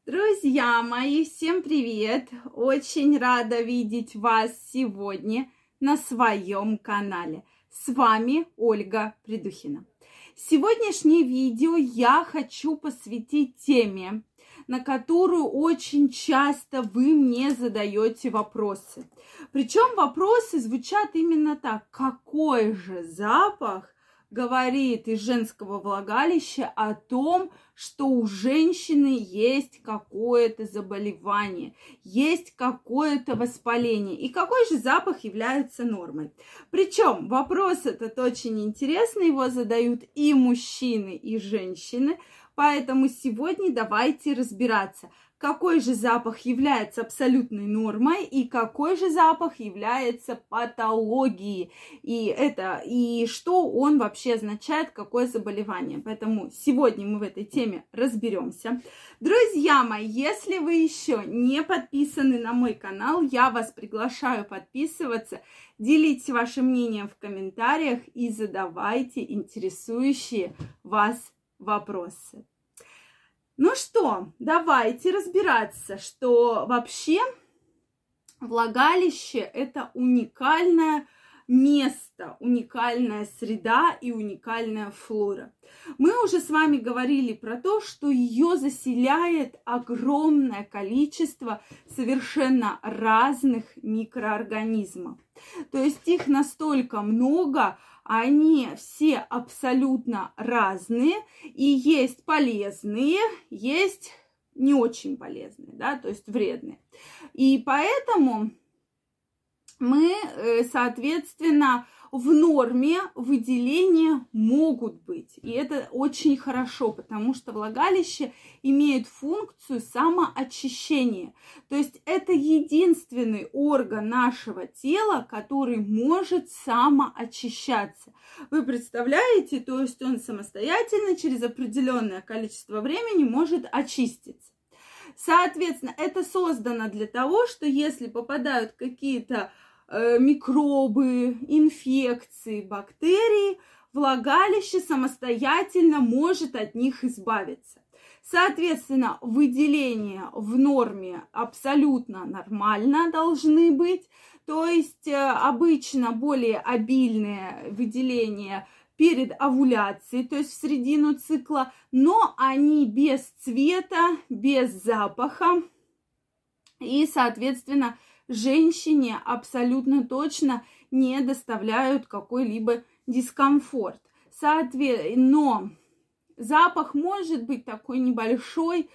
Друзья мои, всем привет! Очень рада видеть вас сегодня на своем канале. С вами Ольга Придухина. Сегодняшнее видео я хочу посвятить теме, на которую очень часто вы мне задаете вопросы. Причем вопросы звучат именно так: какой же запах говорит из женского влагалища о том, что у женщины есть какое-то заболевание, есть какое-то воспаление, и какой же запах является нормой. Причем вопрос этот очень интересный, его задают и мужчины, и женщины, поэтому сегодня давайте разбираться, какой же запах является абсолютной нормой и какой же запах является патологией. И что он вообще означает, какое заболевание. Поэтому сегодня мы в этой теме разберемся. Друзья мои, если вы еще не подписаны на мой канал, я вас приглашаю подписываться, делитесь вашим мнением в комментариях и задавайте интересующие вас вопросы. Ну что, давайте разбираться, что вообще влагалище – это уникальное место, уникальная среда и уникальная флора. Мы уже с вами говорили про то, что ее заселяет огромное количество совершенно разных микроорганизмов. То есть их настолько много, они все абсолютно разные, и есть полезные, есть не очень полезные, да, то есть вредные. И поэтому мы, соответственно, в норме выделения могут быть. И это очень хорошо, потому что влагалище имеет функцию самоочищения. То есть это единственный орган нашего тела, который может самоочищаться. Вы представляете, то есть он самостоятельно через определенное количество времени может очиститься. Соответственно, это создано для того, что если попадают какие-то микробы, инфекции, бактерии, влагалище самостоятельно может от них избавиться. Соответственно, выделения в норме абсолютно нормально должны быть, то есть обычно более обильные выделения перед овуляцией, то есть в середину цикла, но они без цвета, без запаха и, соответственно, женщине абсолютно точно не доставляют какой-либо дискомфорт. Но запах может быть такой небольшой,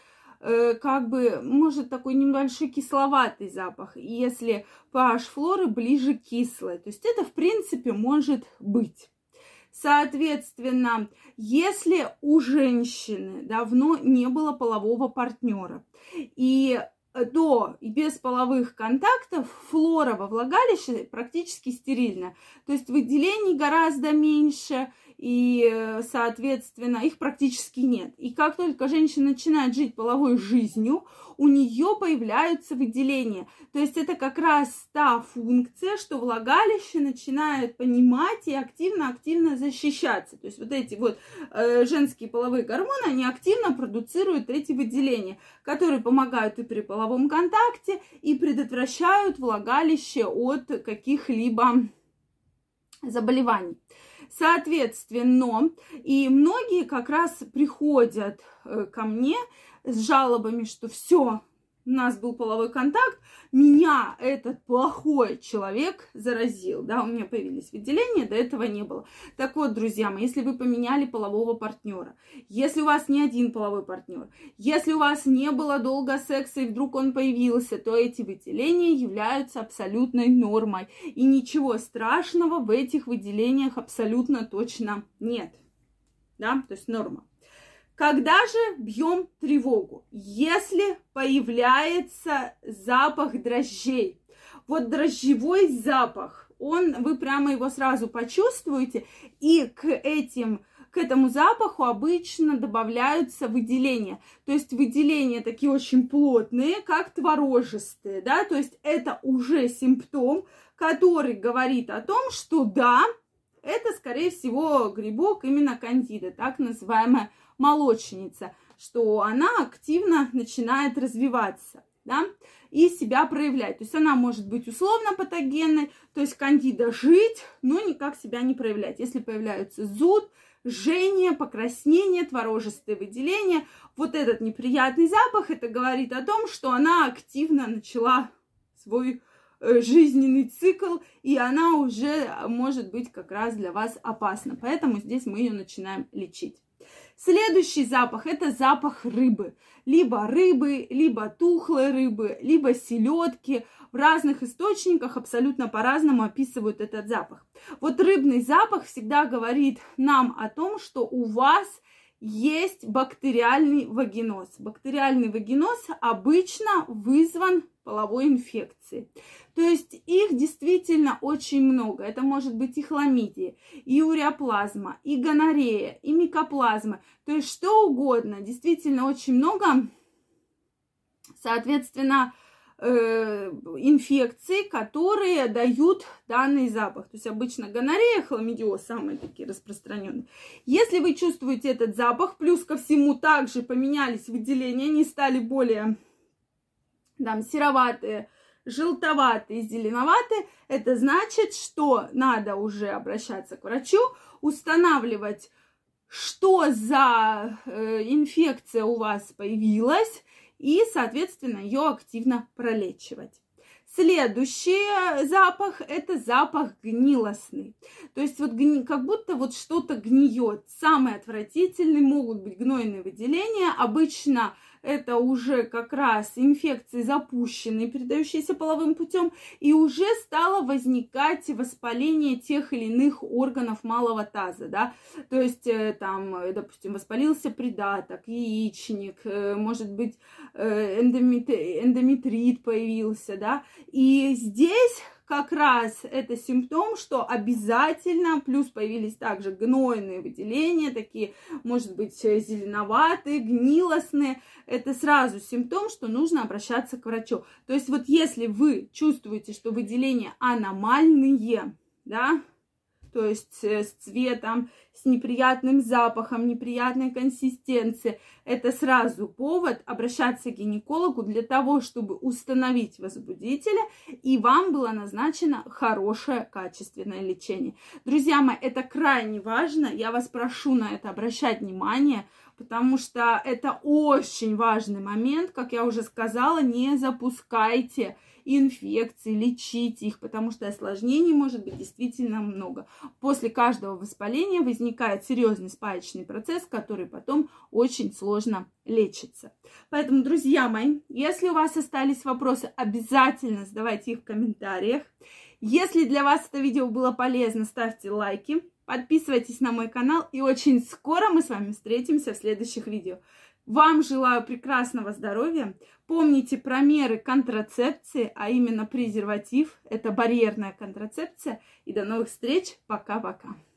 может такой небольшой кисловатый запах, если pH флоры ближе к кислой. То есть это в принципе может быть. Соответственно, если у женщины давно не было полового партнера и до и без половых контактов флора во влагалище практически стерильна. То есть выделений гораздо меньше, и, соответственно, их практически нет. И как только женщина начинает жить половой жизнью, у нее появляются выделения. То есть это как раз та функция, что влагалище начинает понимать и активно защищаться. То есть вот эти вот женские половые гормоны, они активно продуцируют эти выделения, которые помогают и при половом контакте, и предотвращают влагалище от каких-либо заболеваний. Соответственно, и многие как раз приходят ко мне с жалобами, что все, у нас был половой контакт, меня этот плохой человек заразил, да, у меня появились выделения, до этого не было. Так вот, друзья мои, если вы поменяли полового партнера, если у вас не один половой партнер, если у вас не было долго секса и вдруг он появился, то эти выделения являются абсолютной нормой. И ничего страшного в этих выделениях абсолютно точно нет. Да, то есть норма. Когда же бьем тревогу? Если появляется запах дрожжей, вот дрожжевой запах, вы прямо его сразу почувствуете, и к этому запаху обычно добавляются выделения. То есть выделения такие очень плотные, как творожистые, да, то есть это уже симптом, который говорит о том, что да, это, скорее всего, грибок именно кандида, так называемая молочница. что она активно начинает развиваться, да, и себя проявлять. То есть она может быть условно патогенной, то есть кандида жить, но никак себя не проявлять. Если появляются зуд, жжение, покраснение, творожистые выделения, вот этот неприятный запах, это говорит о том, что она активно начала свой жизненный цикл, и она уже может быть как раз для вас опасна. Поэтому здесь мы ее начинаем лечить. Следующий запах – это запах рыбы. Либо рыбы, либо тухлой рыбы, либо селедки. В разных источниках абсолютно по-разному описывают этот запах. Вот рыбный запах всегда говорит нам о том, что у вас есть бактериальный вагиноз. Бактериальный вагиноз обычно вызван половой инфекцией. То есть их действительно очень много. Это может быть и хламидия, и уреоплазма, и гонорея, и микоплазма. То есть что угодно. Действительно очень много, соответственно, инфекций, которые дают данный запах. То есть обычно гонорея, хламидиоз самые такие распространенные. Если вы чувствуете этот запах, плюс ко всему также поменялись выделения, они стали более сероватые, желтоватые, зеленоватые, это значит, что надо уже обращаться к врачу, устанавливать, что за инфекция у вас появилась, и, соответственно, ее активно пролечивать. Следующий запах – это запах гнилостный. То есть вот как будто вот что-то гниет. Самые отвратительные могут быть гнойные выделения. Обычно это уже как раз инфекции запущенные, передающиеся половым путем, и уже стало возникать воспаление тех или иных органов малого таза, да, то есть там, допустим, воспалился придаток, яичник, может быть, эндометрит появился, да, и здесь как раз это симптом, что обязательно, плюс появились также гнойные выделения, такие, может быть, зеленоватые, гнилостные, это сразу симптом, что нужно обращаться к врачу. То есть вот если вы чувствуете, что выделения аномальные, да, то есть с цветом, с неприятным запахом, неприятной консистенцией, это сразу повод обращаться к гинекологу для того, чтобы установить возбудителя, и вам было назначено хорошее, качественное лечение. Друзья мои, это крайне важно, я вас прошу на это обращать внимание, потому что это очень важный момент, как я уже сказала, не запускайте инфекции, лечите их, потому что осложнений может быть действительно много. После каждого воспаления возникает серьезный спаечный процесс, который потом очень сложно лечится. Поэтому, друзья мои, если у вас остались вопросы, обязательно задавайте их в комментариях. Если для вас это видео было полезно, ставьте лайки, подписывайтесь на мой канал, и очень скоро мы с вами встретимся в следующих видео. Вам желаю прекрасного здоровья. Помните про меры контрацепции, а именно презерватив. Это барьерная контрацепция. И до новых встреч. Пока-пока.